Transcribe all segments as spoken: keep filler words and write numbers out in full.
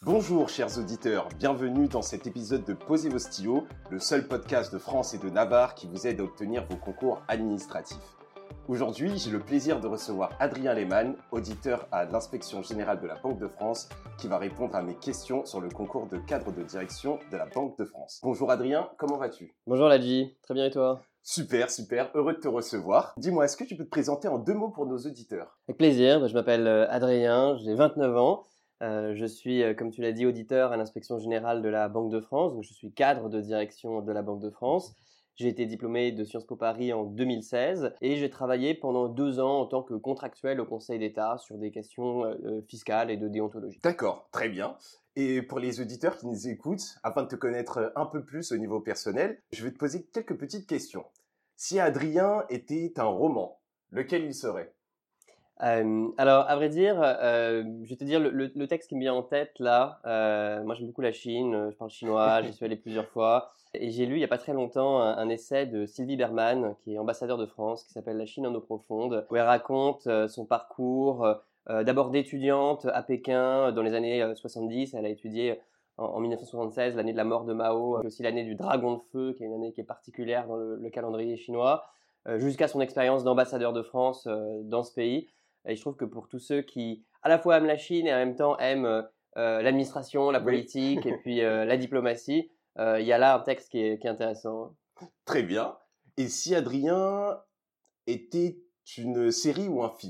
Bonjour chers auditeurs, bienvenue dans cet épisode de Posez vos stylos, le seul podcast de France et de Navarre qui vous aide à obtenir vos concours administratifs. Aujourd'hui, j'ai le plaisir de recevoir Adrien Lehmann, auditeur à l'Inspection Générale de la Banque de France, qui va répondre à mes questions sur le concours de cadre de direction de la Banque de France. Bonjour Adrien, comment vas-tu ? Bonjour Ladji, très bien et toi ? Super, super, heureux de te recevoir. Dis-moi, est-ce que tu peux te présenter en deux mots pour nos auditeurs ? Avec plaisir, je m'appelle Adrien, j'ai vingt-neuf ans. Euh, je suis, comme tu l'as dit, auditeur à l'Inspection Générale de la Banque de France, donc je suis cadre de direction de la Banque de France. J'ai été diplômé de Sciences Po Paris en deux mille seize et j'ai travaillé pendant deux ans en tant que contractuel au Conseil d'État sur des questions euh, fiscales et de déontologie. D'accord, très bien. Et pour les auditeurs qui nous écoutent, afin de te connaître un peu plus au niveau personnel, je vais te poser quelques petites questions. Si Adrien était un roman, lequel il serait ? Euh, alors, à vrai dire, euh, je vais te dire le, le, le texte qui me vient en tête là. Euh, moi, j'aime beaucoup la Chine, je parle chinois, j'y suis allé plusieurs fois. Et j'ai lu il n'y a pas très longtemps un, un essai de Sylvie Bermann, qui est ambassadeur de France, qui s'appelle La Chine en eau profonde, où elle raconte euh, son parcours, euh, d'abord d'étudiante à Pékin dans les années soixante-dix. Elle a étudié en, en dix-neuf cent soixante-seize, l'année de la mort de Mao, et aussi l'année du Dragon de Feu, qui est une année qui est particulière dans le, le calendrier chinois, euh, jusqu'à son expérience d'ambassadeur de France euh, dans ce pays. Et je trouve que pour tous ceux qui, à la fois aiment la Chine et en même temps aiment euh, l'administration, la politique oui. et puis euh, la diplomatie, euh, il y a là un texte qui est, qui est intéressant. Très bien. Et si Adrien était une série ou un film ?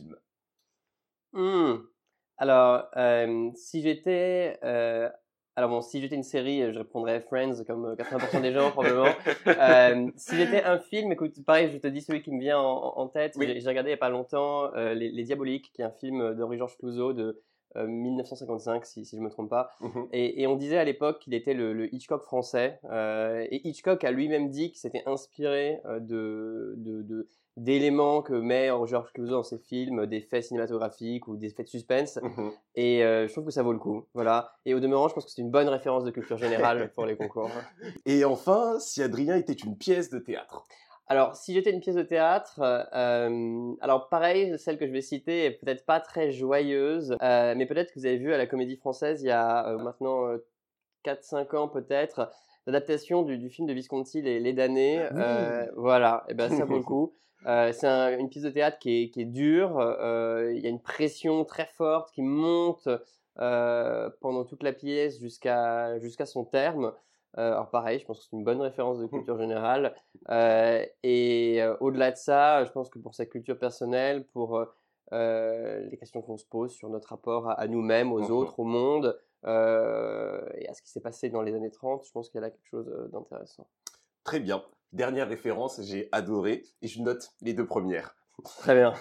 mmh. Alors, euh, si j'étais... Euh, alors bon, si j'étais une série, je répondrais Friends comme quatre-vingts pour cent des gens probablement. euh, si j'étais un film, écoute, pareil, je te dis celui qui me vient en, en tête. Oui. J'ai, j'ai regardé il n'y a pas longtemps euh, Les, Les Diaboliques, qui est un film d'Henri-Georges Clouzot de euh, dix-neuf cent cinquante-cinq, si, si je ne me trompe pas. Mm-hmm. Et, et on disait à l'époque qu'il était le, le Hitchcock français. Euh, et Hitchcock a lui-même dit qu'il s'était inspiré euh, de... de, de d'éléments que met Georges Clouzot dans ses films, des faits cinématographiques ou des faits de suspense. Mmh. Et euh, je trouve que ça vaut le coup. Voilà. Et au demeurant, je pense que c'est une bonne référence de culture générale pour les concours. Et enfin, si Adrien était une pièce de théâtre ? Alors, si j'étais une pièce de théâtre, euh, alors pareil, celle que je vais citer est peut-être pas très joyeuse, euh, mais peut-être que vous avez vu à la Comédie Française il y a euh, maintenant euh, quatre cinq ans peut-être, l'adaptation du, du film de Visconti, Les, les damnés. Oui. Euh, voilà, et ben ça vaut le coup. Euh, c'est un, une pièce de théâtre qui est, qui est dure, euh, il y a une pression très forte qui monte euh, pendant toute la pièce jusqu'à, jusqu'à son terme. Euh, alors pareil, je pense que c'est une bonne référence de culture générale. Euh, et euh, au-delà de ça, je pense que pour sa culture personnelle, pour euh, les questions qu'on se pose sur notre rapport à, à nous-mêmes, aux autres, au monde, euh, et à ce qui s'est passé dans les années trente, je pense qu'il y a là quelque chose d'intéressant. Très bien. Dernière référence, j'ai adoré et je note les deux premières. Très bien.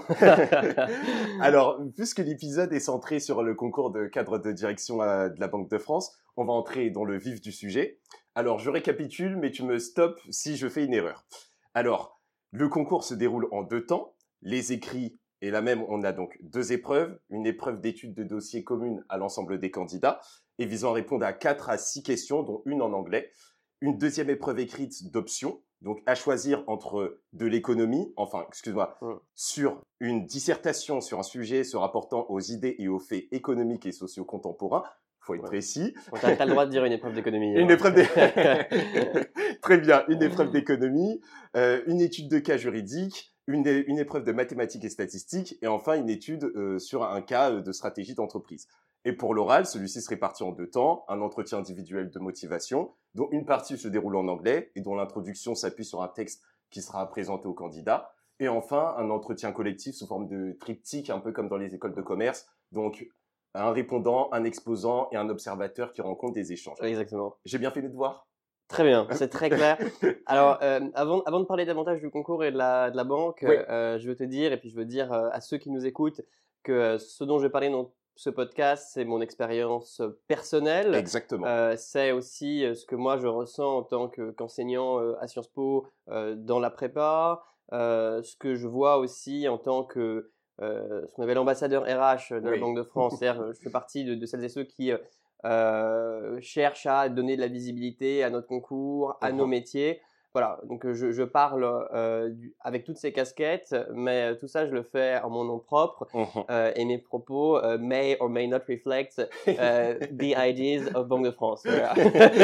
Alors, puisque l'épisode est centré sur le concours de cadre de direction de la Banque de France, on va entrer dans le vif du sujet. Alors, je récapitule, mais tu me stoppes si je fais une erreur. Alors, le concours se déroule en deux temps. Les écrits, et là même, on a donc deux épreuves. Une épreuve d'étude de dossier commune à l'ensemble des candidats et visant à répondre à quatre à six questions, dont une en anglais. Une deuxième épreuve écrite d'options, donc à choisir entre de l'économie, enfin, excuse-moi, mmh. sur une dissertation sur un sujet se rapportant aux idées et aux faits économiques et sociaux contemporains. Il faut être ouais. précis. Tu as le droit de dire une épreuve d'économie. Une hein. épreuve d'économie. Très bien, une épreuve d'économie, euh, une étude de cas juridique, une, une épreuve de mathématiques et statistiques, et enfin une étude euh, sur un cas de stratégie d'entreprise. Et pour l'oral, celui-ci se répartit en deux temps, un entretien individuel de motivation, dont une partie se déroule en anglais et dont l'introduction s'appuie sur un texte qui sera présenté au candidat. Et enfin, un entretien collectif sous forme de triptyque, un peu comme dans les écoles de commerce. Donc, un répondant, un exposant et un observateur qui rencontrent des échanges. Exactement. J'ai bien fait mes devoirs ? Très bien, c'est très clair. Alors, euh, avant, avant de parler davantage du concours et de la, de la banque, oui. euh, je veux te dire, et puis je veux dire euh, à ceux qui nous écoutent, que euh, ce dont je vais parler dans ce podcast, c'est mon expérience personnelle. Exactement. Euh, c'est aussi ce que moi je ressens en tant que, qu'enseignant euh, à Sciences Po euh, dans la prépa, euh, ce que je vois aussi en tant que euh, ce qu'on appelle l'ambassadeur R H de oui. la Banque de France. C'est-à-dire, je fais partie de, de celles et ceux qui euh, cherchent à donner de la visibilité à notre concours, à uh-huh. nos métiers. voilà, donc euh, je, je parle euh, du- avec toutes ces casquettes, mais euh, tout ça, je le fais en mon nom propre Mhm. euh, et mes propos euh, may or may not reflect euh, the ideas of Banque de France. Voilà.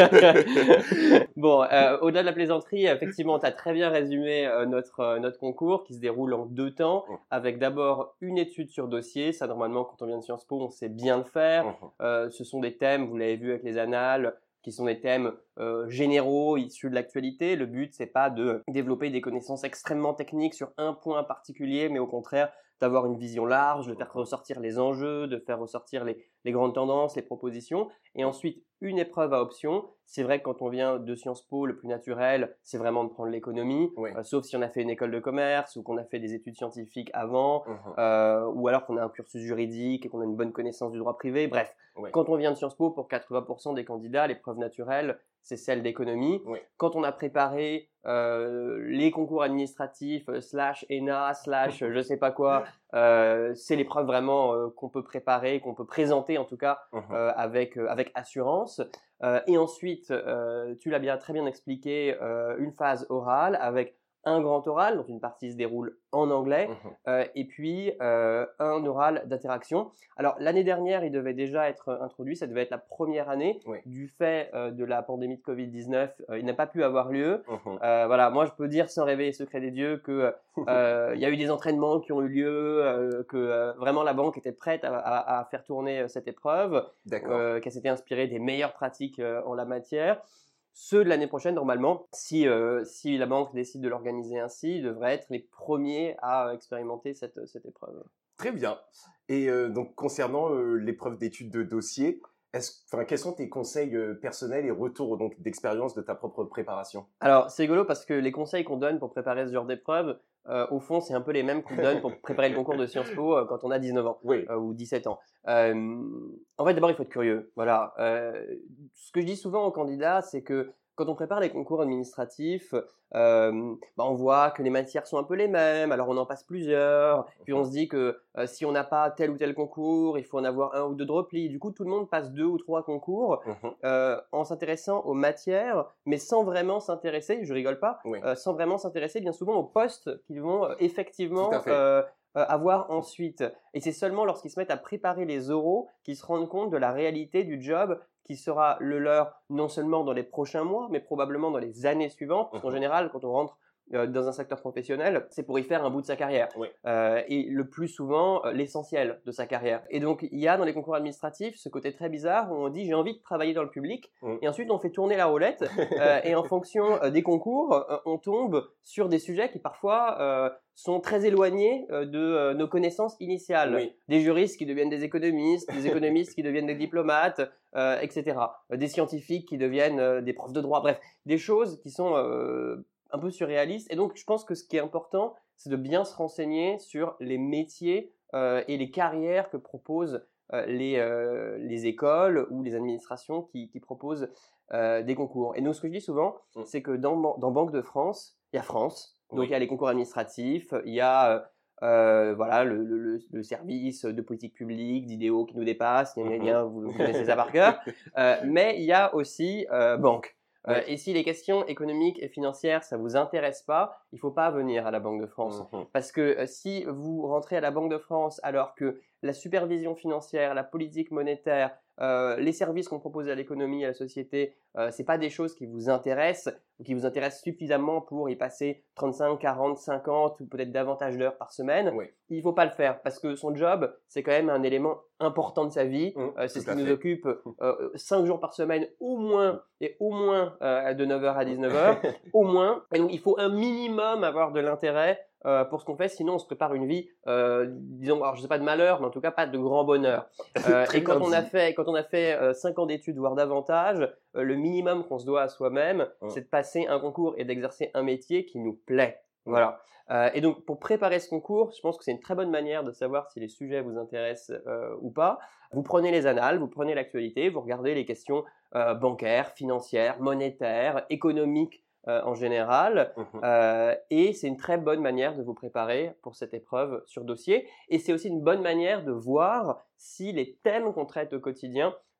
Bon, euh, au-delà de la plaisanterie, effectivement, tu as très bien résumé euh, notre, euh, notre concours qui se déroule en deux temps, avec d'abord une étude sur dossier. Ça, normalement, quand on vient de Sciences Po, on sait bien le faire. Mhm. Euh, ce sont des thèmes, vous l'avez vu avec les annales, qui sont des thèmes euh, généraux issus de l'actualité. Le but, c'est pas de développer des connaissances extrêmement techniques sur un point particulier, mais au contraire d'avoir une vision large, de faire ressortir les enjeux, de faire ressortir les, les grandes tendances, les propositions. Et ensuite, une épreuve à option. C'est vrai que quand on vient de Sciences Po, le plus naturel, c'est vraiment de prendre l'économie, Oui. euh, sauf si on a fait une école de commerce ou qu'on a fait des études scientifiques avant, Mhm. euh, ou alors qu'on a un cursus juridique et qu'on a une bonne connaissance du droit privé. Bref, Oui. quand on vient de Sciences Po, pour quatre-vingts pour cent des candidats, l'épreuve naturelle, c'est celle d'économie. Oui. Quand on a préparé euh, les concours administratifs, euh, slash E N A, slash je sais pas quoi, euh, c'est l'épreuve vraiment euh, qu'on peut préparer, qu'on peut présenter en tout cas Mhm. euh, avec, euh, avec assurance. Euh, et ensuite, euh, tu l'as bien très bien expliqué, euh, une phase orale avec un grand oral, donc une partie se déroule en anglais, Mhm. euh, et puis euh, un oral d'interaction. Alors l'année dernière, il devait déjà être introduit, ça devait être la première année. Oui. Du fait euh, de la pandémie de covid dix-neuf, euh, il n'a pas pu avoir lieu. Mhm. Euh, voilà, moi je peux dire sans révéler le secret des dieux que euh, il y a eu des entraînements qui ont eu lieu, euh, que euh, vraiment la banque était prête à, à- à faire tourner euh, cette épreuve, D'accord. euh, qu'elle s'était inspirée des meilleures pratiques euh, en la matière. Ceux de l'année prochaine, normalement, si, euh, si la banque décide de l'organiser ainsi, devraient être les premiers à expérimenter cette, cette épreuve. Très bien. Et euh, donc, concernant euh, l'épreuve d'étude de dossier, est-ce, enfin, quels sont tes conseils euh, personnels et retours donc, d'expérience de ta propre préparation? Alors, c'est rigolo parce que les conseils qu'on donne pour préparer ce genre d'épreuve, euh, au fond, c'est un peu les mêmes qu'on donne pour préparer le concours de Sciences Po euh, quand on a dix-neuf ans Oui. euh, ou dix-sept ans. Euh, en fait, d'abord, il faut être curieux. Voilà. Euh, ce que je dis souvent aux candidats, c'est que quand on prépare les concours administratifs, euh, bah, on voit que les matières sont un peu les mêmes, alors on en passe plusieurs, puis on se dit que euh, si on n'a pas tel ou tel concours, il faut en avoir un ou deux de repli. Du coup, tout le monde passe deux ou trois concours Mhm. euh, en s'intéressant aux matières, mais sans vraiment s'intéresser, je rigole pas, Oui. euh, sans vraiment s'intéresser bien souvent aux postes qu'ils vont euh, effectivement Tout à fait. euh, euh, avoir ensuite. Et c'est seulement lorsqu'ils se mettent à préparer les oraux qu'ils se rendent compte de la réalité du job qui sera le leur non seulement dans les prochains mois, mais probablement dans les années suivantes, parce qu'en Mhm. général, quand on rentre euh, dans un secteur professionnel, c'est pour y faire un bout de sa carrière. Oui. Euh, et le plus souvent, euh, l'essentiel de sa carrière. Et donc, il y a dans les concours administratifs ce côté très bizarre où on dit j'ai envie de travailler dans le public, Mm. et ensuite on fait tourner la roulette, euh, et en fonction euh, des concours, euh, on tombe sur des sujets qui parfois euh, sont très éloignés euh, de euh, nos connaissances initiales. Oui. Des juristes qui deviennent des économistes, des économistes qui deviennent des diplomates, euh, et cetera. Euh, des scientifiques qui deviennent euh, des profs de droit, bref, des choses qui sont euh, un peu surréaliste. Et donc, je pense que ce qui est important, c'est de bien se renseigner sur les métiers euh, et les carrières que proposent euh, les, euh, les écoles ou les administrations qui, qui proposent euh, des concours. Et donc, ce que je dis souvent, Mm. c'est que dans, dans Banque de France, il y a France, donc Oui. il y a les concours administratifs, il y a euh, voilà, le, le, le service de politique publique, d'idéaux qui nous dépassent, gna, gna, gna, vous, vous connaissez ça par cœur, euh, mais il y a aussi euh, banque. Euh, Oui. et si les questions économiques et financières, ça vous intéresse pas, il faut pas venir à la Banque de France. Mhm. Parce que euh, si vous rentrez à la Banque de France alors que la supervision financière, la politique monétaire, euh, les services qu'on propose à l'économie et à la société, euh, c'est pas des choses qui vous intéressent ou qui vous intéressent suffisamment pour y passer trente-cinq, quarante, cinquante ou peut-être davantage d'heures par semaine, Oui. il faut pas le faire parce que son job, c'est quand même un élément important de sa vie. Mm. Euh, c'est Tout ce à qui nous fait. occupe euh, cinq jours par semaine au moins et au moins euh, de neuf heures à dix-neuf heures, au moins. Et donc, il faut un minimum avoir de l'intérêt euh, pour ce qu'on fait, sinon on se prépare une vie, euh, disons, alors je sais pas de malheur, mais en tout cas pas de grand bonheur. Euh, Très et quand bien on a dit. fait, quand on a fait euh, cinq ans d'études, voire davantage, euh, le minimum qu'on se doit à soi-même, Mm. c'est de passer un concours et d'exercer un métier qui nous plaît. Mm. Voilà. Euh, et donc, pour préparer ce concours, je pense que c'est une très bonne manière de savoir si les sujets vous intéressent euh, ou pas. Vous prenez les annales, vous prenez l'actualité, vous regardez les questions euh, bancaires, financières, monétaires, économiques euh, en général. Mhm. Euh, et c'est une très bonne manière de vous préparer pour cette épreuve sur dossier. Et c'est aussi une bonne manière de voir si les thèmes qu'on traite au quotidien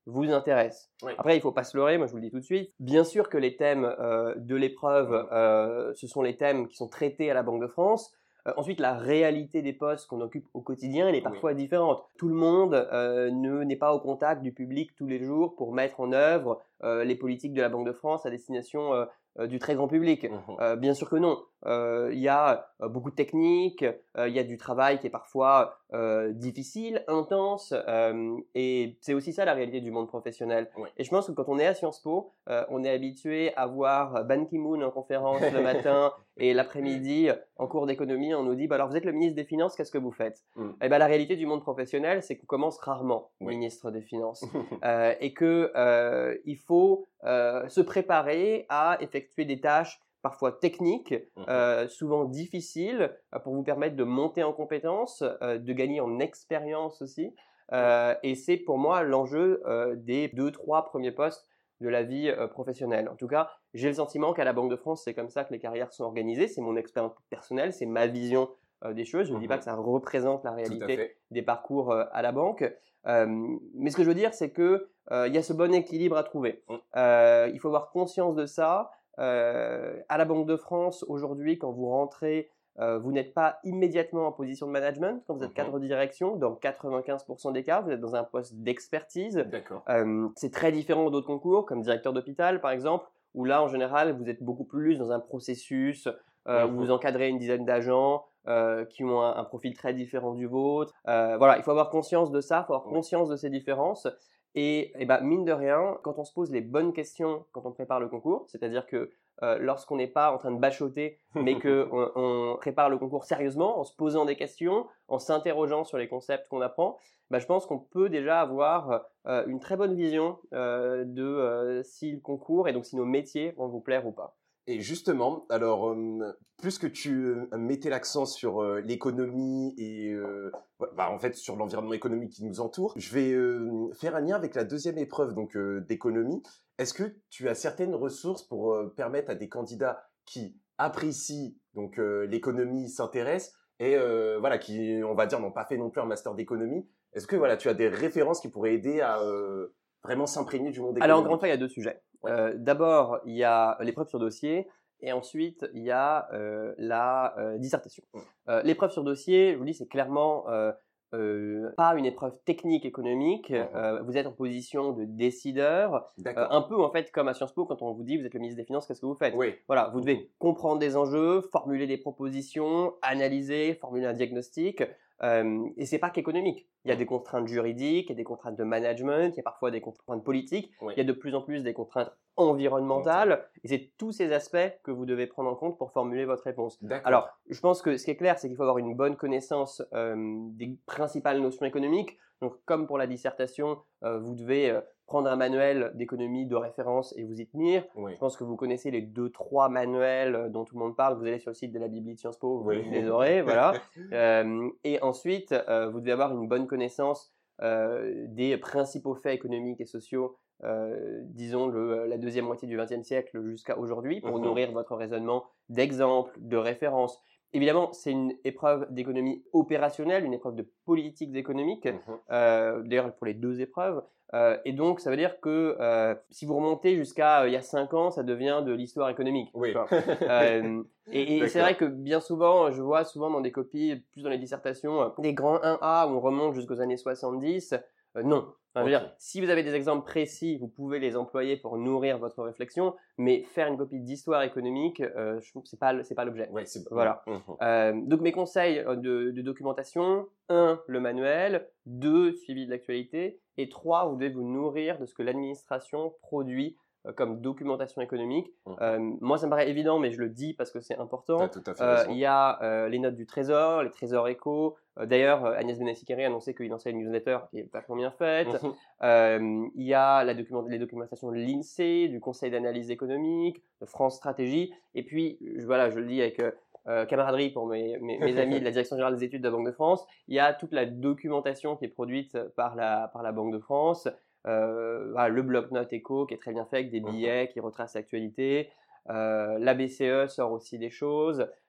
vous intéresse. Oui. Après, il ne faut pas se leurrer, moi je vous le dis tout de suite. Bien sûr que les thèmes euh, de l'épreuve, euh, ce sont les thèmes qui sont traités à la Banque de France. Euh, ensuite, la réalité des postes qu'on occupe au quotidien, elle est parfois oui. différente. Tout le monde euh, ne, n'est pas au contact du public tous les jours pour mettre en œuvre euh, les politiques de la Banque de France à destination euh, euh, du très grand public. Mmh. Euh, bien sûr que non. Il euh, y a euh, beaucoup de techniques, il euh, y a du travail qui est parfois euh, difficile, intense, euh, et c'est aussi ça la réalité du monde professionnel. Oui. Et je pense que quand on est à Sciences Po, euh, on est habitué à voir Ban Ki-moon en conférence le matin et l'après-midi en cours d'économie, on nous dit bah alors vous êtes le ministre des Finances, qu'est-ce que vous faites? mm. Et ben la réalité du monde professionnel, c'est qu'on commence rarement oui. ministre des Finances euh, et que euh, il faut euh, se préparer à effectuer des tâches parfois techniques, euh, souvent difficiles, euh, pour vous permettre de monter en compétences, euh, de gagner en expérience aussi. Euh, et c'est pour moi l'enjeu euh, des deux, trois premiers postes de la vie euh, professionnelle. En tout cas, j'ai le sentiment qu'à la Banque de France, c'est comme ça que les carrières sont organisées. C'est mon expérience personnelle, c'est ma vision euh, des choses. Je ne mmh. dis pas que ça représente la réalité des parcours euh, à la banque. Euh, mais ce que je veux dire, c'est qu'il euh, y a ce bon équilibre à trouver. Mmh. Euh, il faut avoir conscience de ça. Euh, à la Banque de France, aujourd'hui, quand vous rentrez, euh, vous n'êtes pas immédiatement en position de management. Quand vous êtes cadre de direction, dans quatre-vingt-quinze pour cent des cas, vous êtes dans un poste d'expertise. Euh, c'est très différent d'autres concours, comme directeur d'hôpital, par exemple, où là, en général, vous êtes beaucoup plus dans un processus euh, où vous encadrez une dizaine d'agents euh, qui ont un, un profil très différent du vôtre. Euh, voilà, il faut avoir conscience de ça, il faut avoir conscience de ces différences. Et, et ben, mine de rien, quand on se pose les bonnes questions quand on prépare le concours, c'est-à-dire que euh, lorsqu'on n'est pas en train de bachoter, mais qu'on on prépare le concours sérieusement, en se posant des questions, en s'interrogeant sur les concepts qu'on apprend, ben, je pense qu'on peut déjà avoir euh, une très bonne vision euh, de euh, si le concours et donc si nos métiers vont vous plaire ou pas. Et justement, alors, euh, plus que tu euh, mettais l'accent sur euh, l'économie et euh, bah, en fait sur l'environnement économique qui nous entoure, je vais euh, faire un lien avec la deuxième épreuve donc euh, d'économie. Est-ce que tu as certaines ressources pour euh, permettre à des candidats qui apprécient donc euh, l'économie, s'intéressent et euh, voilà qui, on va dire, n'ont pas fait non plus un master d'économie. Est-ce que voilà, tu as des références qui pourraient aider à euh, vraiment s'imprégner du monde économique? Alors, encore une fois, il y a deux sujets. Ouais. Euh, d'abord, il y a l'épreuve sur dossier et ensuite, il y a euh, la euh, dissertation. Ouais. Euh, l'épreuve sur dossier, je vous dis, c'est clairement euh, euh, pas une épreuve technique économique. Ouais. Euh, vous êtes en position de décideur, euh, un peu en fait comme à Sciences Po quand on vous dit vous êtes le ministre des Finances, qu'est-ce que vous faites? Oui. Voilà, vous devez mmh. comprendre des enjeux, formuler des propositions, analyser, formuler un diagnostic. Euh, et c'est pas qu'économique. Il y a des contraintes juridiques, il y a des contraintes de management, il y a parfois des contraintes politiques, oui. il y a de plus en plus des contraintes environnementales. Et c'est tous ces aspects que vous devez prendre en compte pour formuler votre réponse. Alors, je pense que ce qui est clair, c'est qu'il faut avoir une bonne connaissance euh, des principales notions économiques. Donc, comme pour la dissertation, euh, vous devez euh, prendre un manuel d'économie de référence et vous y tenir. Oui. Je pense que vous connaissez les deux, trois manuels dont tout le monde parle. Vous allez sur le site de la Bibli de Sciences Po, vous oui. les aurez, voilà. euh, et ensuite, euh, vous devez avoir une bonne connaissance euh, des principaux faits économiques et sociaux, euh, disons le, la deuxième moitié du vingtième siècle jusqu'à aujourd'hui, pour uh-huh. nourrir votre raisonnement d'exemples, de références. Évidemment, c'est une épreuve d'économie opérationnelle, une épreuve de politiques économiques, uh-huh. euh, d'ailleurs pour les deux épreuves. Euh, et donc, ça veut dire que euh, si vous remontez jusqu'à euh, il y a cinq ans, ça devient de l'histoire économique. Oui. euh, et et c'est vrai que bien souvent, je vois souvent dans des copies, plus dans les dissertations, euh, des grands un A où on remonte jusqu'aux années soixante-dix. Euh, non. Enfin, okay. je veux dire, si vous avez des exemples précis, vous pouvez les employer pour nourrir votre réflexion, mais faire une copie d'histoire économique, euh, je trouve que c'est pas c'est pas l'objet. Ouais, c'est voilà. Mmh. Euh, donc mes conseils de, de documentation: un, le manuel; deux, suivi de l'actualité; et trois, vous devez vous nourrir de ce que l'administration produit euh, comme documentation économique. Mmh. Euh, moi, ça me paraît évident, mais je le dis parce que c'est important. Tout à fait euh, il y a euh, les notes du Trésor, les Trésors éco. Euh, d'ailleurs, euh, Agnès Benassi-Kéry a annoncé qu'il lançait une newsletter qui est vachement bien faite. Mmh. Euh, il y a la document- les documentations de l'INSEE, du Conseil d'analyse économique, de France Stratégie. Et puis, je, voilà, je le dis avec euh, camaraderie pour mes, mes, mes amis de la Direction générale des études de la Banque de France, il y a toute la documentation qui est produite par la, par la Banque de France. Euh, voilà, le bloc-notes éco qui est très bien fait avec des billets qui retracent l'actualité. Euh, la B C E sort aussi des choses.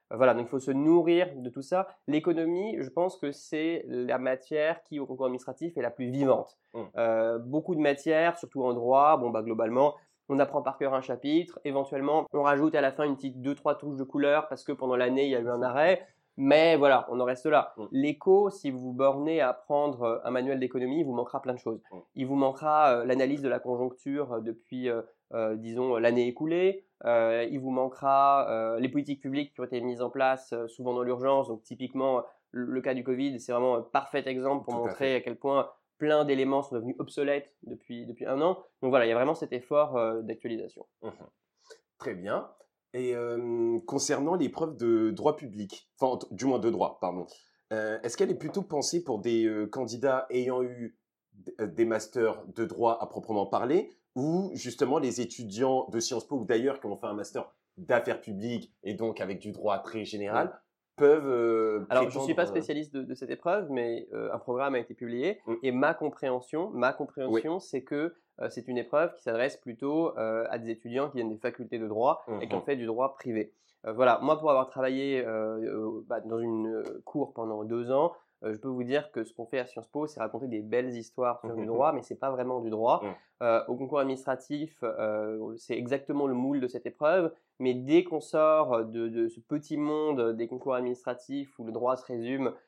Euh, voilà, donc il faut se nourrir de tout ça. L'économie, je pense que c'est la matière qui, au concours administratif, est la plus vivante. Mmh. Euh, beaucoup de matières, surtout en droit, bon, bah, globalement, on apprend par cœur un chapitre, éventuellement, on rajoute à la fin une petite deux, trois touches de couleur parce que pendant l'année, il y a eu un arrêt. Mais voilà, on en reste là. Mm. L'éco, si vous vous bornez à prendre un manuel d'économie, il vous manquera plein de choses. Mm. Il vous manquera euh, l'analyse de la conjoncture euh, depuis, euh, euh, disons, l'année écoulée. Euh, il vous manquera euh, les politiques publiques qui ont été mises en place, euh, souvent dans l'urgence. Donc, typiquement, le, le cas du Covid, c'est vraiment un parfait exemple pour Tout à montrer fait. à quel point plein d'éléments sont devenus obsolètes depuis, depuis un an. Donc voilà, il y a vraiment cet effort euh, d'actualisation. Mhm. Très bien. Et euh, concernant l'épreuve de droit public, enfin, du moins de droit, pardon, euh, est-ce qu'elle est plutôt pensée pour des euh, candidats ayant eu d- euh, des masters de droit à proprement parler, ou justement les étudiants de Sciences Po ou d'ailleurs qui ont fait un master d'affaires publiques et donc avec du droit très général, Ouais. peuvent euh, Alors, je ne suis pas prétendre, euh, spécialiste de, de cette épreuve, mais euh, un programme a été publié Mm. et ma compréhension, ma compréhension, c'est que euh, c'est une épreuve qui s'adresse plutôt euh, à des étudiants qui viennent des facultés de droit et qui ont Mhm. fait du droit privé. Euh, voilà, moi, pour avoir travaillé euh, euh, bah, dans une euh, cour pendant deux ans, euh, je peux vous dire que ce qu'on fait à Sciences Po, c'est raconter des belles histoires sur du droit, mais c'est pas vraiment du droit. Mm. Euh, au concours administratif, euh, c'est exactement le moule de cette épreuve. Mais dès qu'on sort de, de ce petit monde des concours administratifs où le droit se résume euh,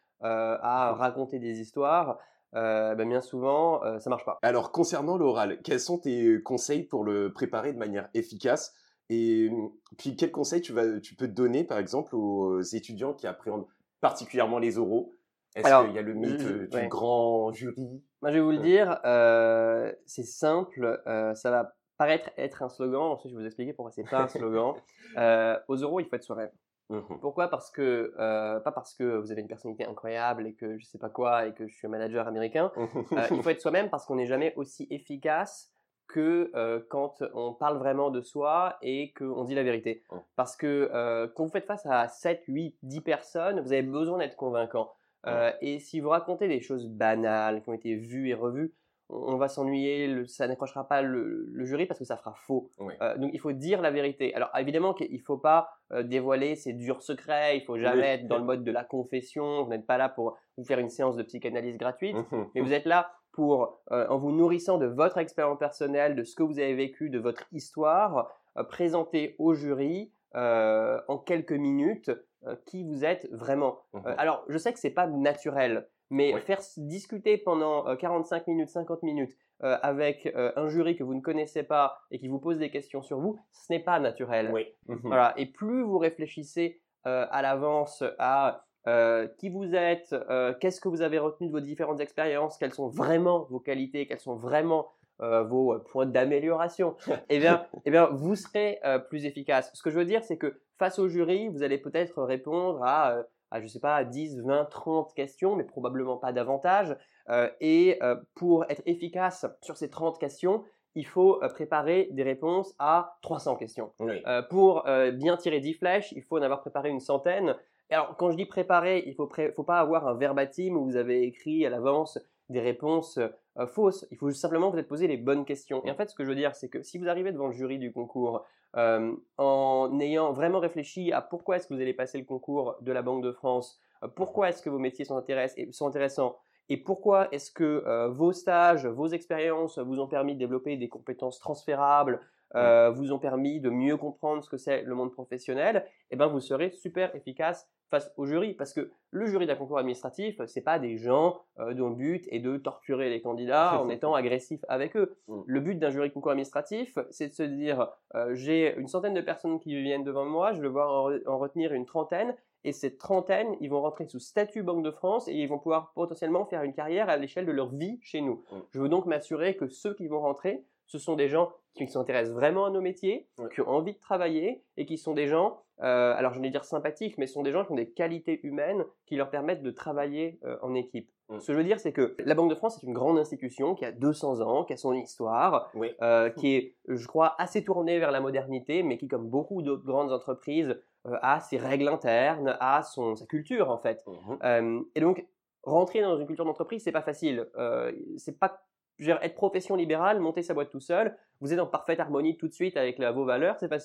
à raconter des histoires, euh, ben bien souvent, euh, ça marche pas. Alors, concernant l'oral, quels sont tes conseils pour le préparer de manière efficace? Et hum, puis, quels conseils tu, vas, tu peux donner, par exemple, aux étudiants qui appréhendent particulièrement les oraux? Est-ce qu'il Alors, y a le je- mythe je- euh, du ouais. grand jury? Moi, je vais vous le Euh, dire, euh, c'est simple, euh, ça va paraître être un slogan. Ensuite, je vais vous expliquer pourquoi c'est pas un slogan. Euh, aux oraux, il faut être soi-même. mhm. Pourquoi? Parce que, euh, pas parce que vous avez une personnalité incroyable et que je sais pas quoi et que je suis un manager américain. Euh, il faut être soi-même parce qu'on n'est jamais aussi efficace que euh, quand on parle vraiment de soi et qu'on dit la vérité. Mm. Parce que euh, quand vous faites face à sept, huit, dix personnes, vous avez besoin d'être convaincant. Euh, et si vous racontez des choses banales qui ont été vues et revues, on, on va s'ennuyer, le- ça n'accrochera pas le, le jury parce que ça fera faux. Oui. Euh, donc il faut dire la vérité. Alors évidemment qu'il ne faut pas euh, dévoiler ses durs secrets, il faut jamais Oui. être dans le mode de la confession, vous n'êtes pas là pour vous faire une séance de psychanalyse gratuite, Mhm. mais vous êtes là pour, euh, en vous nourrissant de votre expérience personnelle, de ce que vous avez vécu, de votre histoire, euh, présenter au jury euh, en quelques minutes euh, qui vous êtes vraiment. Mhm. Euh, alors je sais que c'est pas naturel, mais Oui. faire s- discuter pendant euh, quarante-cinq minutes, cinquante minutes euh, avec euh, un jury que vous ne connaissez pas et qui vous pose des questions sur vous, ce n'est pas naturel. Oui. Mhm. Voilà. Et plus vous réfléchissez euh, à l'avance à euh, qui vous êtes, euh, qu'est-ce que vous avez retenu de vos différentes expériences, quelles sont vraiment vos qualités, quels sont vraiment euh, vos euh, points d'amélioration, eh bien, eh bien, vous serez euh, plus efficace. Ce que je veux dire, c'est que face au jury, vous allez peut-être répondre à, euh, à, je sais pas, dix, vingt, trente questions, mais probablement pas davantage. Euh, et euh, pour être efficace sur ces trente questions, il faut euh, préparer des réponses à trois cents questions. Oui. Euh, pour euh, bien tirer dix flèches, il faut en avoir préparé une centaine. Et alors, quand je dis préparer, il ne faut, pré- faut pas avoir un verbatim où vous avez écrit à l'avance des réponses euh, fausses. Il faut juste simplement vous être posé les bonnes questions. Et en fait, ce que je veux dire, c'est que si vous arrivez devant le jury du concours euh, en ayant vraiment réfléchi à pourquoi est-ce que vous allez passer le concours de la Banque de France, euh, pourquoi est-ce que vos métiers sont, intéress- et- sont intéressants, et pourquoi est-ce que euh, vos stages, vos expériences vous ont permis de développer des compétences transférables, euh, vous ont permis de mieux comprendre ce que c'est le monde professionnel, eh ben vous serez super efficace face au jury. Parce que le jury d'un concours administratif, c'est pas des gens euh, dont le but est de torturer les candidats en étant agressif avec eux. Mm. Le but d'un jury de concours administratif, c'est de se dire euh, j'ai une centaine de personnes qui viennent devant moi, je vais devoir en, re- en retenir une trentaine. Et cette trentaine, ils vont rentrer sous statut Banque de France et ils vont pouvoir potentiellement faire une carrière à l'échelle de leur vie chez nous. Mm. Je veux donc m'assurer que ceux qui vont rentrer, ce sont des gens qui s'intéressent vraiment à nos métiers, Ouais. qui ont envie de travailler et qui sont des gens, euh, alors je vais dire sympathiques, mais ce sont des gens qui ont des qualités humaines qui leur permettent de travailler euh, en équipe. Mm. Ce que je veux dire, c'est que la Banque de France est une grande institution qui a deux cents ans, qui a son histoire, Oui. euh, qui est, je crois, assez tournée vers la modernité, mais qui, comme beaucoup d'autres grandes entreprises, euh, a ses règles internes, a son, sa culture en fait. Mhm. Euh, et donc, rentrer dans une culture d'entreprise, c'est pas facile. Euh, c'est pas, je veux dire, être profession libérale, monter sa boîte tout seul, vous êtes en parfaite harmonie tout de suite avec la, vos valeurs, c'est facile.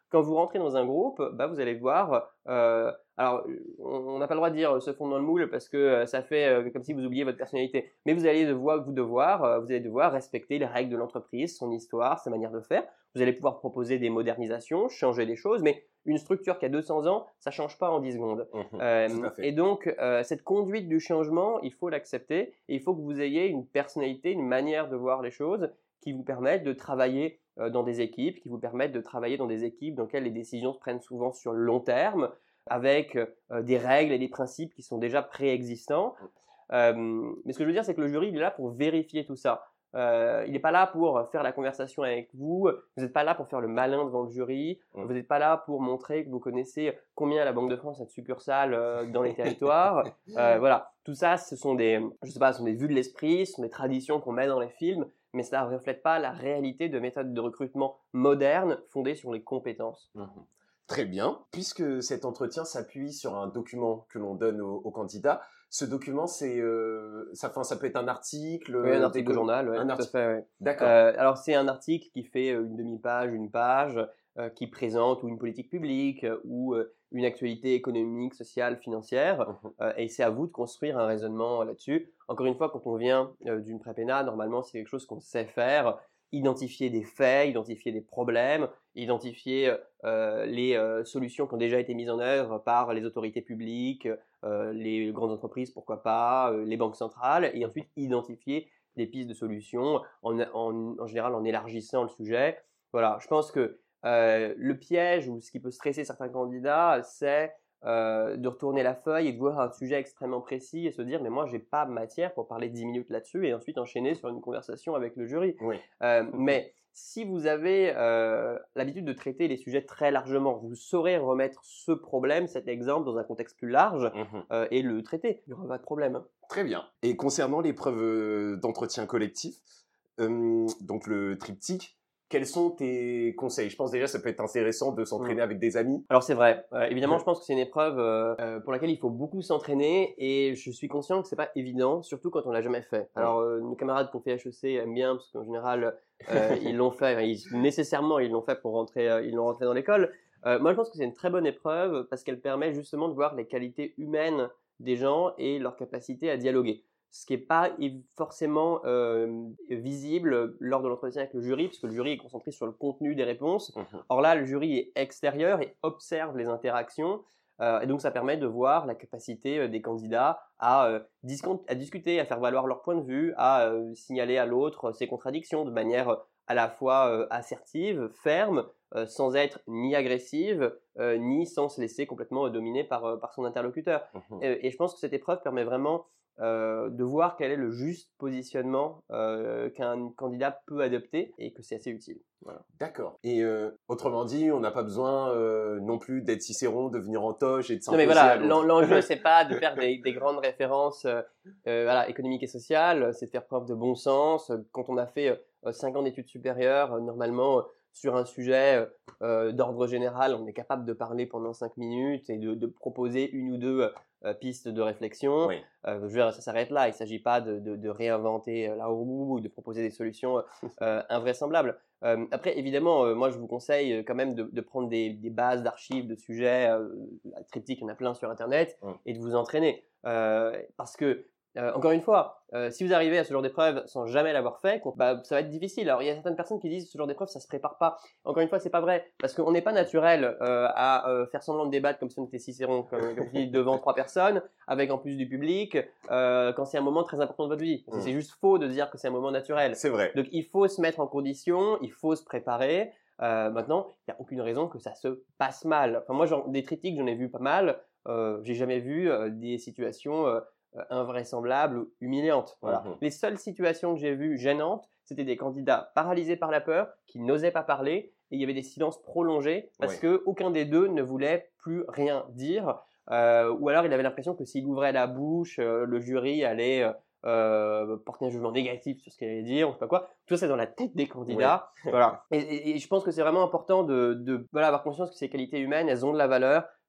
quand vous rentrez dans un groupe, bah, vous allez voir, euh, alors on n'a pas le droit de dire se fondre dans le moule parce que euh, ça fait euh, comme si vous oubliez votre personnalité, mais vous allez devoir, vous devoir, euh, vous allez devoir respecter les règles de l'entreprise, son histoire, sa manière de faire. Vous allez pouvoir proposer des modernisations, changer des choses, mais une structure qui a deux cents ans, ça change pas en dix secondes. Mmh, Euh, tout à fait. et donc, euh, cette conduite du changement, il faut l'accepter et il faut que vous ayez une personnalité, une manière de voir les choses qui vous permettent de travailler euh, dans des équipes, qui vous permettent de travailler dans des équipes dans lesquelles les décisions se prennent souvent sur le long terme, avec euh, des règles et des principes qui sont déjà préexistants. Euh, mais ce que je veux dire, c'est que le jury, il est là pour vérifier tout ça. Euh, il n'est pas là pour faire la conversation avec vous, vous n'êtes pas là pour faire le malin devant le jury, Mm. vous n'êtes pas là pour montrer que vous connaissez combien la Banque de France a de succursales euh, dans les territoires. Euh, voilà, tout ça, ce sont des, je sais pas, ce sont des vues de l'esprit, ce sont des traditions qu'on met dans les films, mais ça ne reflète pas la réalité de méthodes de recrutement modernes fondées sur les compétences. Mmh. Très bien. Puisque cet entretien s'appuie sur un document que l'on donne aux, aux candidats, ce document, c'est, euh, ça, enfin, ça peut être un article, Oui, un euh, article des- de journal, ouais, un tout à article. fait. Ouais. D'accord. Euh, alors, c'est un article qui fait euh, une demi-page, une page, euh, qui présente ou une politique publique euh, ou euh, une actualité économique, sociale, financière. Mhm. Euh, et c'est à vous de construire un raisonnement là-dessus. Encore une fois, quand on vient euh, d'une prépéna, normalement, c'est quelque chose qu'on sait faire. Identifier des faits, identifier des problèmes, identifier euh, les euh, solutions qui ont déjà été mises en œuvre par les autorités publiques, euh, les grandes entreprises, pourquoi pas, euh, les banques centrales, et ensuite identifier des pistes de solutions en, en, en général en élargissant le sujet. Voilà, je pense que euh, le piège ou ce qui peut stresser certains candidats, c'est euh, de retourner la feuille et de voir un sujet extrêmement précis et se dire mais moi j'ai pas matière pour parler dix minutes là-dessus et ensuite enchaîner sur une conversation avec le jury. Oui. Euh, mais si vous avez euh, l'habitude de traiter les sujets très largement, vous saurez remettre ce problème, cet exemple, dans un contexte plus large Mhm. euh, et le traiter. Il n'y aura pas de problème. Hein. Très bien. Et concernant l'épreuve euh, d'entretien collectif, euh, donc le triptyque, quels sont tes conseils? Je pense déjà que ça peut être intéressant de s'entraîner Mm. avec des amis. Alors c'est vrai. Euh, évidemment, Ouais. je pense que c'est une épreuve euh, euh, pour laquelle il faut beaucoup s'entraîner et je suis conscient que c'est pas évident, surtout quand on l'a jamais fait. Alors euh, nos camarades qui ont fait H E C aiment bien parce qu'en général euh, ils l'ont fait, enfin, ils, nécessairement ils l'ont fait pour rentrer, euh, ils l'ont rentré dans l'école. Euh, moi, je pense que c'est une très bonne épreuve parce qu'elle permet justement de voir les qualités humaines des gens et leur capacité à dialoguer. Ce qui n'est pas forcément euh, visible lors de l'entretien avec le jury, puisque le jury est concentré sur le contenu des réponses. Mhm. Or là, le jury est extérieur et observe les interactions. Euh, et donc, ça permet de voir la capacité euh, des candidats à, euh, discon- à discuter, à faire valoir leur point de vue, à euh, signaler à l'autre ses contradictions de manière euh, à la fois euh, assertive, ferme, euh, sans être ni agressive, euh, ni sans se laisser complètement euh, dominer par, euh, par son interlocuteur. Mhm. Et, et je pense que cette épreuve permet vraiment euh, de voir quel est le juste positionnement euh, qu'un candidat peut adopter et que c'est assez utile. Voilà. D'accord. Et euh, autrement dit, on n'a pas besoin euh, non plus d'être Cicéron, de venir en toge et de Non mais s'imposer voilà, à l'autre. l'en- l'enjeu c'est pas de faire des, des grandes références euh, euh, voilà, économiques et sociales, c'est de faire preuve de bon sens. Quand on a fait euh, cinq ans d'études supérieures, euh, normalement euh, sur un sujet euh, d'ordre général, on est capable de parler pendant cinq minutes et de, de proposer une ou deux euh, pistes de réflexion. Oui. Euh, je veux dire, ça s'arrête là, il ne s'agit pas de, de, de réinventer la roue ou de proposer des solutions euh, invraisemblables. Euh, après, évidemment, euh, moi je vous conseille euh, quand même de, de prendre des, des bases d'archives de sujets, euh, triptyque, il y en a plein sur Internet, Mm. et de vous entraîner. Euh, parce que, euh, encore une fois, euh, si vous arrivez à ce genre d'épreuve sans jamais l'avoir fait, bah, ça va être difficile. Alors, il y a certaines personnes qui disent ce genre d'épreuve, ça se prépare pas. Encore une fois, c'est pas vrai, parce qu'on n'est pas naturel euh, à euh, faire semblant de débattre comme si on était Cicéron, comme, comme je dis, devant trois personnes, avec en plus du public, euh, quand c'est un moment très important de votre vie. Parce que Mm. c'est juste faux de dire que c'est un moment naturel. C'est vrai. Donc, il faut se mettre en condition, il faut se préparer. Euh, maintenant, il n'y a aucune raison que ça se passe mal. Enfin, moi, genre, des critiques, j'en ai vu pas mal. Euh, j'ai jamais vu euh, des situations euh, invraisemblables ou humiliantes. Voilà. Mhm. Les seules situations que j'ai vues gênantes, c'était des candidats paralysés par la peur, qui n'osaient pas parler, et il y avait des silences prolongés parce Ouais. que aucun des deux ne voulait plus rien dire. Euh, ou alors, il avait l'impression que s'il ouvrait la bouche, euh, le jury allait euh, euh, porter un jugement négatif sur ce qu'il allait dire, ou je sais pas quoi. Tout ça, c'est dans la tête des candidats. Voilà. Et, et- et je pense que c'est vraiment important de, de voilà, avoir conscience que ces qualités humaines, elles ont de la valeur,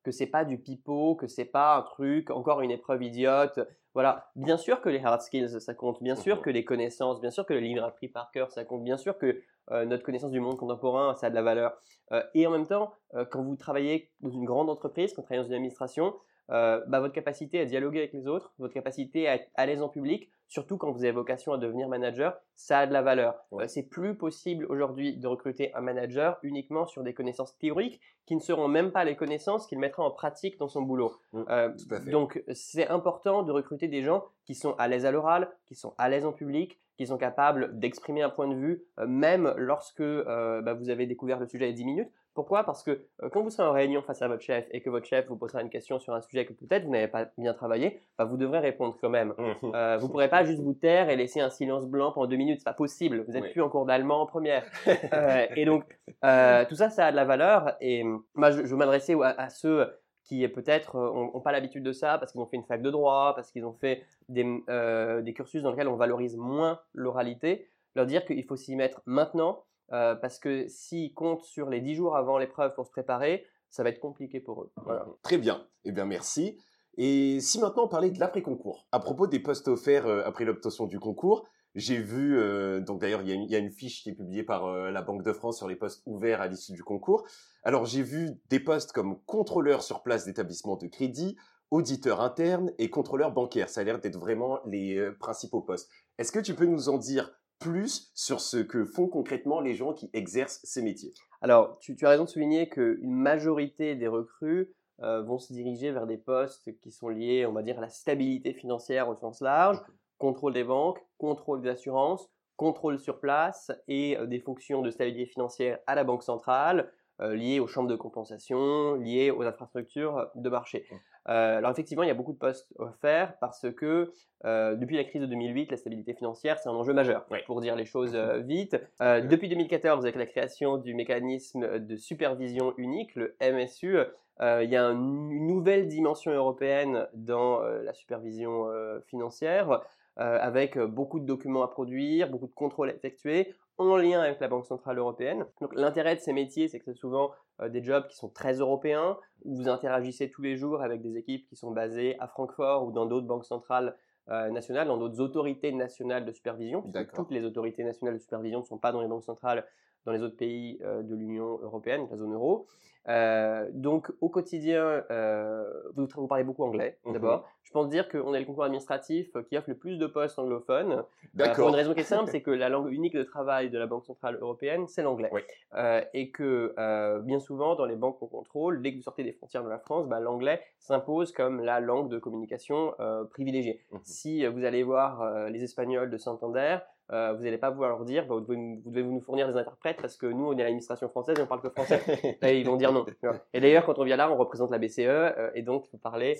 que c'est pas du pipeau, que c'est pas un truc, encore une épreuve idiote. Voilà, bien sûr que les hard skills ça compte, bien sûr que les connaissances, bien sûr que le livre appris par cœur ça compte, bien sûr que euh, notre connaissance du monde contemporain ça a de la valeur. Euh, et en même temps, euh, quand vous travaillez dans une grande entreprise, quand vous travaillez dans une administration, euh, bah, votre capacité à dialoguer avec les autres, votre capacité à être à l'aise en public, surtout quand vous avez vocation à devenir manager, ça a de la valeur. Ouais. Euh, c'est plus possible aujourd'hui de recruter un manager uniquement sur des connaissances théoriques qui ne seront même pas les connaissances qu'il mettra en pratique dans son boulot. Mmh, Euh, tout à fait. donc, c'est important de recruter des gens qui sont à l'aise à l'oral, qui sont à l'aise en public, qui sont capables d'exprimer un point de vue, euh, même lorsque euh, bah, vous avez découvert le sujet il y a dix minutes. Pourquoi? Parce que euh, quand vous serez en réunion face à votre chef et que votre chef vous posera une question sur un sujet que peut-être vous n'avez pas bien travaillé, bah, vous devrez répondre quand même. Mmh. Euh, vous ne pourrez pas juste vous taire et laisser un silence blanc pendant deux minutes, c'est pas possible. Vous n'êtes Oui. plus en cours d'allemand en première. euh, et donc, euh, tout ça, ça a de la valeur. Et moi, je, je veux m'adresser à, à ceux qui peut-être n'ont pas l'habitude de ça parce qu'ils ont fait une fac de droit, parce qu'ils ont fait des, euh, des cursus dans lesquels on valorise moins l'oralité, leur dire qu'il faut s'y mettre maintenant. Euh, parce que s'ils comptent sur les dix jours avant l'épreuve pour se préparer, ça va être compliqué pour eux. Voilà. Très bien. Eh bien, merci. Et si maintenant on parlait de l'après-concours, à propos des postes offerts euh, après l'obtention du concours, j'ai vu, euh, donc d'ailleurs il y, y a une fiche qui est publiée par euh, la Banque de France sur les postes ouverts à l'issue du concours. Alors j'ai vu des postes comme contrôleur sur place d'établissement de crédit, auditeur interne et contrôleur bancaire. Ça a l'air d'être vraiment les euh, principaux postes. Est-ce que tu peux nous en dire plus sur ce que font concrètement les gens qui exercent ces métiers? Alors, tu, tu as raison de souligner qu'une majorité des recrues euh, vont se diriger vers des postes qui sont liés, on va dire, à la stabilité financière au sens large, contrôle des banques, contrôle des assurances, contrôle sur place et euh, des fonctions de stabilité financière à la Banque centrale, euh, liées aux chambres de compensation, liées aux infrastructures de marché. Euh, alors effectivement, il y a beaucoup de postes offerts parce que euh, depuis la crise de deux mille huit, la stabilité financière, c'est un enjeu majeur, Oui. pour dire les choses euh, vite. Euh, depuis deux mille quatorze, avec la création du mécanisme de supervision unique, le M S U, euh, il y a un, une nouvelle dimension européenne dans euh, la supervision euh, financière, euh, avec beaucoup de documents à produire, beaucoup de contrôles à effectuer, en lien avec la Banque centrale européenne. Donc l'intérêt de ces métiers, c'est que c'est souvent euh, des jobs qui sont très européens, où vous interagissez tous les jours avec des équipes qui sont basées à Francfort ou dans d'autres banques centrales euh, nationales, dans d'autres autorités nationales de supervision, puisque toutes les autorités nationales de supervision ne sont pas dans les banques centrales dans les autres pays euh, de l'Union européenne, la zone euro. Euh, donc au quotidien, euh, vous, vous parlez beaucoup anglais d'abord. Mm-hmm. Je pense dire qu'on est le concours administratif qui offre le plus de postes anglophones. Euh, pour une raison qui est simple, c'est que la langue unique de travail de la Banque centrale européenne, c'est l'anglais. Oui. Euh, et que euh, bien souvent, dans les banques qu'on contrôle, dès que vous sortez des frontières de la France, bah, l'anglais s'impose comme la langue de communication euh, privilégiée. Mm-hmm. Si vous allez voir euh, les Espagnols de Santander, Euh, vous n'allez pas pouvoir leur dire bah, vous, devez, vous devez nous fournir des interprètes parce que nous on est à l'administration française et on parle que français. Là, ils vont dire non. Et d'ailleurs quand on vient là on représente la B C E euh, et donc il faut parler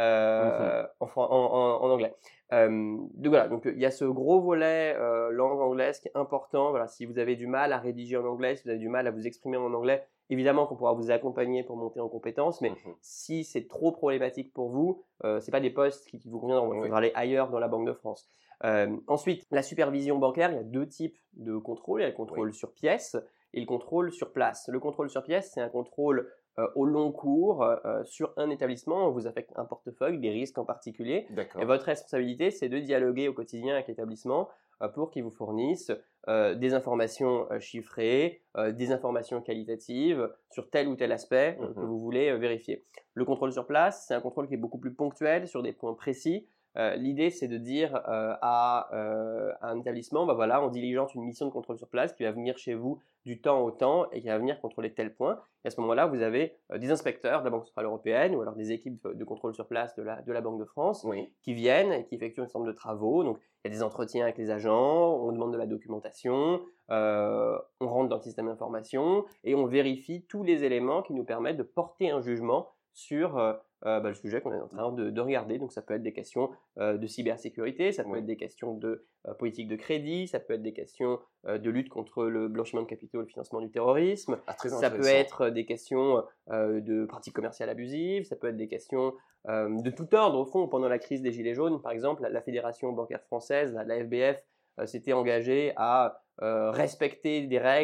euh, mmh. en, en, en, en anglais. Euh, donc voilà, donc il y a ce gros volet euh, langue anglaise qui est important. Voilà, si vous avez du mal à rédiger en anglais, si vous avez du mal à vous exprimer en anglais, évidemment qu'on pourra vous accompagner pour monter en compétences, mais mmh. si c'est trop problématique pour vous, euh, c'est pas des postes qui, qui vous conviendront. Il faudra aller ailleurs dans la Banque de France. Euh, ensuite, la supervision bancaire, il y a deux types de contrôle. Il y a le contrôle oui. sur pièce et le contrôle sur place. Le contrôle sur pièce, c'est un contrôle euh, au long cours euh, sur un établissement. On vous affecte un portefeuille, des risques en particulier. D'accord. Et votre responsabilité, c'est de dialoguer au quotidien avec l'établissement euh, pour qu'il vous fournisse euh, des informations euh, chiffrées, euh, des informations qualitatives sur tel ou tel aspect euh, mm-hmm. que vous voulez euh, vérifier. Le contrôle sur place, c'est un contrôle qui est beaucoup plus ponctuel sur des points précis. Euh, l'idée, c'est de dire euh, à, euh, à un établissement, bah voilà, on diligente une mission de contrôle sur place qui va venir chez vous du temps au temps et qui va venir contrôler tel point. Et à ce moment-là, vous avez euh, des inspecteurs de la Banque centrale européenne ou alors des équipes de, de contrôle sur place de la, de la Banque de France oui. qui viennent et qui effectuent un certain nombre de travaux. Donc, il y a des entretiens avec les agents, on demande de la documentation, euh, on rentre dans le système d'information et on vérifie tous les éléments qui nous permettent de porter un jugement sur euh, euh, bah, le sujet qu'on est en train de, de regarder. Donc ça peut être des questions euh, de cybersécurité, ça peut oui. être des questions de euh, politique de crédit, ça peut être des questions euh, de lutte contre le blanchiment de capitaux et le financement du terrorisme, ah, ça peut être des questions euh, de pratiques commerciales abusives, ça peut être des questions euh, de tout ordre au fond. Pendant la crise des Gilets jaunes, par exemple, la, la Fédération bancaire française, la, la F B F, euh, s'était engagée à Euh, respecter des règles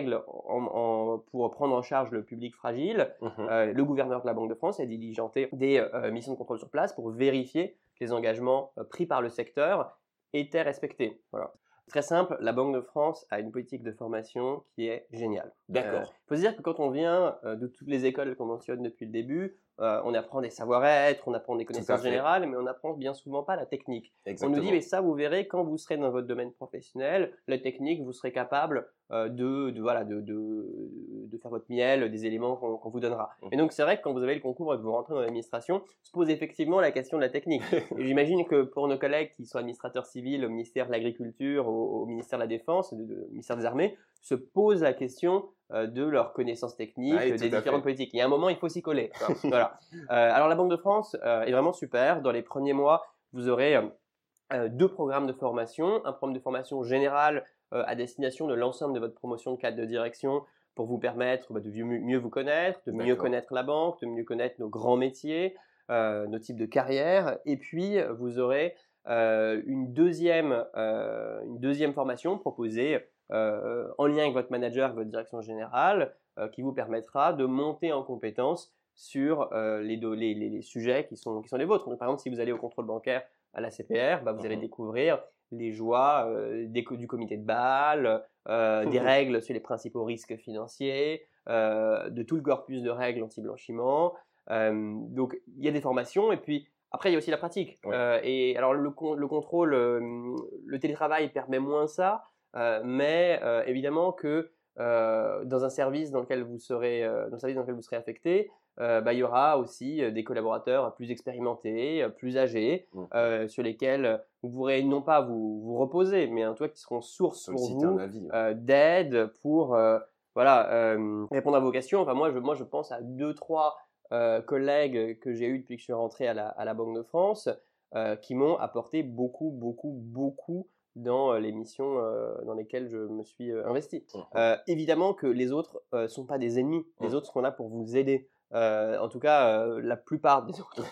en, en, pour prendre en charge le public fragile, mmh. euh, le gouverneur de la Banque de France a diligenté des euh, missions de contrôle sur place pour vérifier que les engagements euh, pris par le secteur étaient respectés. Voilà. Très simple, la Banque de France a une politique de formation qui est géniale. D'accord. Il euh, faut se dire que quand on vient euh, de toutes les écoles qu'on mentionne depuis le début, euh, on apprend des savoir-être, on apprend des connaissances générales, mais on n'apprend bien souvent pas la technique. Exactement. On nous dit, mais ça, vous verrez, quand vous serez dans votre domaine professionnel, la technique, vous serez capable euh, de, de, voilà, de, de, de faire votre miel, des éléments qu'on, qu'on vous donnera. Mmh. Et donc, c'est vrai que quand vous avez le concours et que vous rentrez dans l'administration, se pose effectivement la question de la technique. Et j'imagine que pour nos collègues qui sont administrateurs civils au ministère de l'Agriculture, au, au ministère de la Défense, au ministère des Armées, se pose la question euh, de leurs connaissances techniques, ah oui, des différentes politiques. Il y a un moment, il faut s'y coller. Voilà. Euh, alors, la Banque de France euh, est vraiment super. Dans les premiers mois, vous aurez euh, deux programmes de formation. Un programme de formation générale euh, à destination de l'ensemble de votre promotion de cadre de direction pour vous permettre bah, de mieux, mieux vous connaître, de mieux connaître la banque, de mieux connaître nos grands métiers, euh, nos types de carrière. Et puis, vous aurez euh, une, deuxième, euh, une deuxième formation proposée Euh, en lien avec votre manager, avec votre direction générale, euh, qui vous permettra de monter en compétence sur euh, les, do- les, les, les sujets qui sont, qui sont les vôtres. Donc, par exemple, si vous allez au contrôle bancaire à la C P R, bah, vous allez découvrir les joies euh, des, du comité de Bâle, euh, des règles sur les principaux risques financiers, euh, de tout le corpus de règles anti-blanchiment. Euh, donc, il y a des formations et puis après, il y a aussi la pratique. Ouais. Euh, et alors, le, le contrôle, euh, le télétravail permet moins ça. Euh, mais euh, évidemment que euh, dans un service dans lequel vous serez, euh, dans le service dans lequel vous serez affecté, euh, bah, il y aura aussi euh, des collaborateurs plus expérimentés, euh, plus âgés, mmh. euh, sur lesquels vous pourrez non pas vous, vous reposer, mais en tout cas qui seront source pour vous avis, ouais. euh, d'aide pour euh, voilà, euh, répondre à vos questions. Enfin, moi, je, moi, je pense à deux, trois euh, collègues que j'ai eus depuis que je suis rentré à la, à la Banque de France euh, qui m'ont apporté beaucoup, beaucoup, beaucoup dans les missions euh, dans lesquelles je me suis euh, investi. Mmh. Euh, évidemment que les autres ne euh, sont pas des ennemis, mmh. les autres sont là pour vous aider. Euh, en tout cas, euh, la plupart des autres.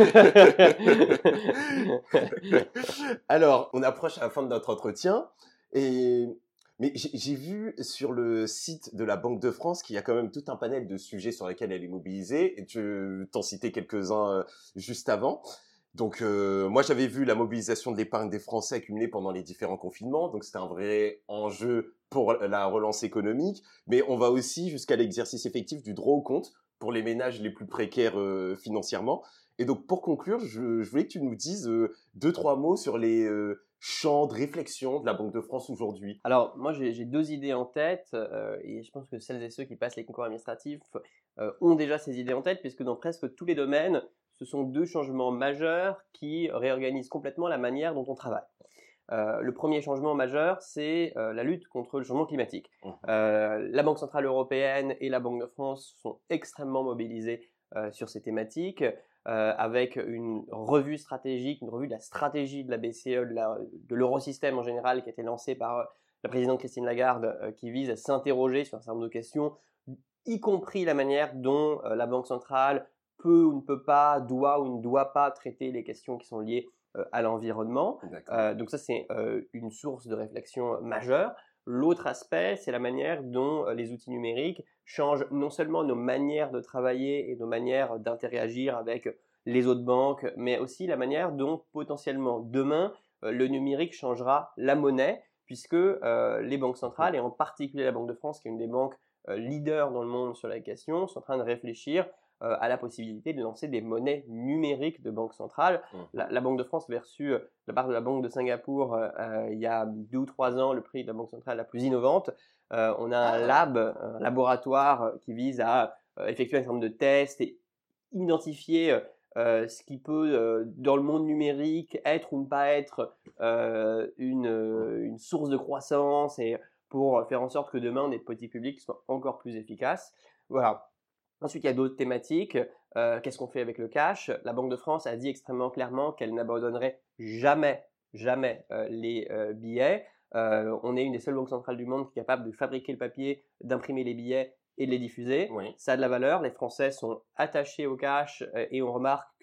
Alors, on approche à la fin de notre entretien, et... mais j'ai, j'ai vu sur le site de la Banque de France qu'il y a quand même tout un panel de sujets sur lesquels elle est mobilisée, et tu t'en citais quelques-uns euh, juste avant. Donc, euh, moi, j'avais vu la mobilisation de l'épargne des Français accumulée pendant les différents confinements. Donc, c'était un vrai enjeu pour la relance économique. Mais on va aussi jusqu'à l'exercice effectif du droit au compte pour les ménages les plus précaires euh, financièrement. Et donc, pour conclure, je, je voulais que tu nous dises euh, deux, trois mots sur les euh, champs de réflexion de la Banque de France aujourd'hui. Alors, moi, j'ai, j'ai deux idées en tête. Euh, et je pense que celles et ceux qui passent les concours administratifs euh, ont déjà ces idées en tête, puisque dans presque tous les domaines, ce sont deux changements majeurs qui réorganisent complètement la manière dont on travaille. Euh, le premier changement majeur, c'est euh, la lutte contre le changement climatique. Mmh. Euh, la Banque Centrale Européenne et la Banque de France sont extrêmement mobilisées euh, sur ces thématiques, euh, avec une revue stratégique, une revue de la stratégie de la B C E, de, la, de l'eurosystème en général, qui a été lancée par la présidente Christine Lagarde, euh, qui vise à s'interroger sur un certain nombre de questions, y compris la manière dont euh, la Banque Centrale peut ou ne peut pas, doit ou ne doit pas traiter les questions qui sont liées euh, à l'environnement. Euh, donc ça, c'est euh, une source de réflexion majeure. L'autre aspect, c'est la manière dont euh, les outils numériques changent non seulement nos manières de travailler et nos manières d'interagir avec les autres banques, mais aussi la manière dont potentiellement demain, euh, le numérique changera la monnaie, puisque euh, les banques centrales, et en particulier la Banque de France, qui est une des banques euh, leaders dans le monde sur la question, sont en train de réfléchir à la possibilité de lancer des monnaies numériques de banque centrale. Mmh. La, la Banque de France avait reçu, euh, de la part de la Banque de Singapour, euh, euh, il y a deux ou trois ans, le prix de la banque centrale la plus innovante. Euh, on a un lab, un laboratoire qui vise à euh, effectuer un certain nombre de tests et identifier euh, ce qui peut, euh, dans le monde numérique, être ou ne pas être euh, une, euh, une source de croissance, et pour faire en sorte que demain, des politiques publiques soient encore plus efficaces. Voilà. Ensuite, il y a d'autres thématiques. Euh, qu'est-ce qu'on fait avec le cash ? La Banque de France a dit extrêmement clairement qu'elle n'abandonnerait jamais, jamais euh, les euh, billets. Euh, on est une des seules banques centrales du monde qui est capable de fabriquer le papier, d'imprimer les billets et de les diffuser. Oui. Ça a de la valeur. Les Français sont attachés au cash euh, et on remarque que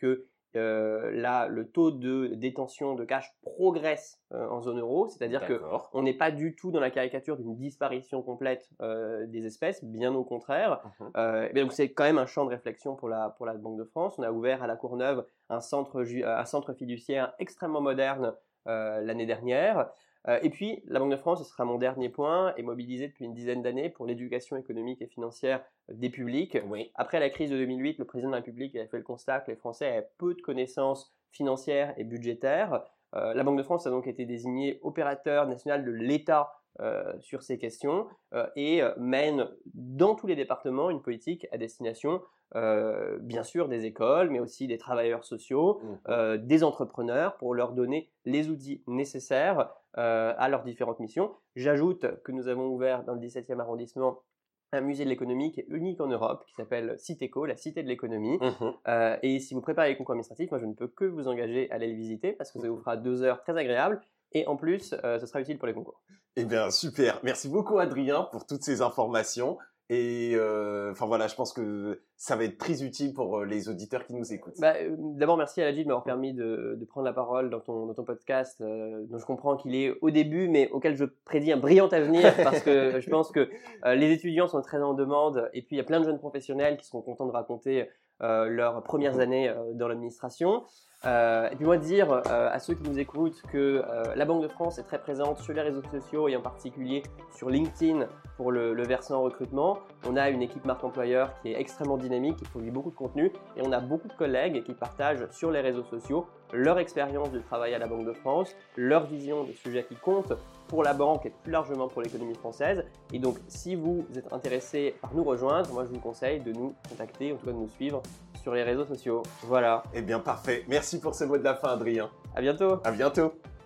euh, là, le taux de détention de cash progresse euh, en zone euro, c'est-à-dire qu'on n'est pas du tout dans la caricature d'une disparition complète euh, des espèces, bien au contraire. Mmh. Euh, et donc c'est quand même un champ de réflexion pour la, pour la Banque de France. On a ouvert à la Courneuve un centre, un centre fiduciaire extrêmement moderne euh, l'année dernière. Euh, et puis, la Banque de France, ce sera mon dernier point, est mobilisée depuis une dizaine d'années pour l'éducation économique et financière des publics. Oui. Après la crise de deux mille huit, le président de la République a fait le constat que les Français avaient peu de connaissances financières et budgétaires. Euh, la Banque de France a donc été désignée opérateur national de l'État euh, sur ces questions euh, et euh, mène dans tous les départements une politique à destination Euh, bien sûr des écoles, mais aussi des travailleurs sociaux, mmh. euh, des entrepreneurs, pour leur donner les outils nécessaires euh, à leurs différentes missions. J'ajoute que nous avons ouvert dans le dix-septième arrondissement un musée de l'économie qui est unique en Europe, qui s'appelle Citéco, la Cité de l'économie. Mmh. Euh, et si vous préparez les concours administratifs, moi je ne peux que vous engager à aller le visiter parce que ça vous fera deux heures très agréables. Et en plus, euh, ce sera utile pour les concours. Eh bien, super. Merci beaucoup, Adrien, pour toutes ces informations. Et euh, enfin voilà, je pense que ça va être très utile pour les auditeurs qui nous écoutent. Bah, euh, d'abord, merci Aladji de m'avoir permis de, de prendre la parole dans ton, dans ton podcast, euh, dont je comprends qu'il est au début, mais auquel je prédis un brillant avenir, parce que je pense que euh, les étudiants sont très en demande, et puis il y a plein de jeunes professionnels qui seront contents de raconter euh, leurs premières années euh, dans l'administration. Euh, et puis moi dire euh, à ceux qui nous écoutent que euh, la Banque de France est très présente sur les réseaux sociaux et en particulier sur LinkedIn pour le, le versant recrutement. On a une équipe marque employeur qui est extrêmement dynamique, qui produit beaucoup de contenu et on a beaucoup de collègues qui partagent sur les réseaux sociaux leur expérience de travail à la Banque de France, leur vision des sujets qui comptent pour la banque et plus largement pour l'économie française. Et donc si vous êtes intéressé par nous rejoindre, moi je vous conseille de nous contacter, en tout cas de nous suivre sur les réseaux sociaux. Voilà. Eh bien parfait. Merci pour ce mot de la fin, Adrien. À bientôt. À bientôt.